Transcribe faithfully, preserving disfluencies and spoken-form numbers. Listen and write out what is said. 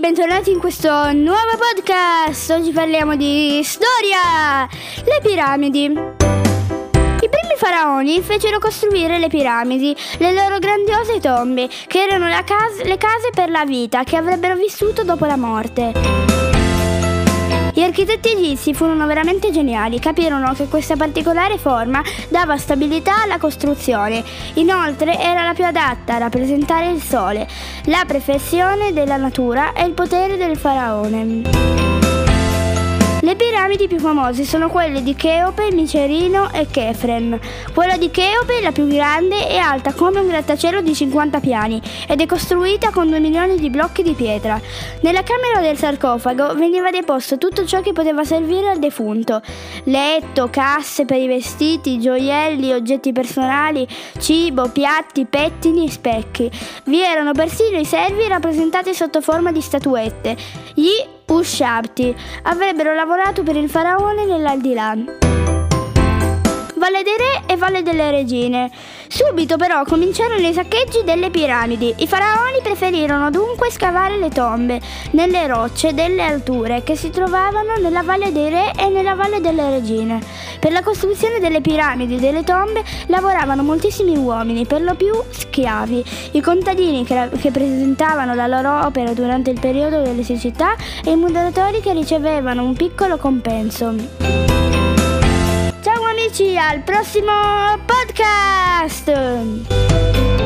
bentornati in questo nuovo podcast. Oggi parliamo di storia, le piramidi. I primi faraoni fecero costruire le piramidi, le loro grandiose tombe, che erano la cas- le case per la vita che avrebbero vissuto dopo la morte. Gli architetti egizi furono veramente geniali, capirono che questa particolare forma dava stabilità alla costruzione. Inoltre era la più adatta a rappresentare il sole, la perfezione della natura e il potere del faraone. Le piramidi più famose sono quelle di Cheope, Micerino e Chefren. Quella di Cheope, la più grande, è alta come un grattacielo di cinquanta piani ed è costruita con due milioni di blocchi di pietra. Nella camera del sarcofago veniva deposto tutto ciò che poteva servire al defunto: letto, casse per i vestiti, gioielli, oggetti personali, cibo, piatti, pettini e specchi. Vi erano persino i servi rappresentati sotto forma di statuette. Gli Ushabti avrebbero lavorato per il faraone nell'aldilà. Valle dei Re e Valle delle Regine. Subito però cominciarono i saccheggi delle piramidi. I faraoni preferirono dunque scavare le tombe nelle rocce delle alture che si trovavano nella Valle dei Re e nella Valle delle Regine. Per la costruzione delle piramidi e delle tombe lavoravano moltissimi uomini, per lo più schiavi. I contadini che, che presentavano la loro opera durante il periodo delle siccità e i muratori che ricevevano un piccolo compenso. Ciao amici, al prossimo podcast!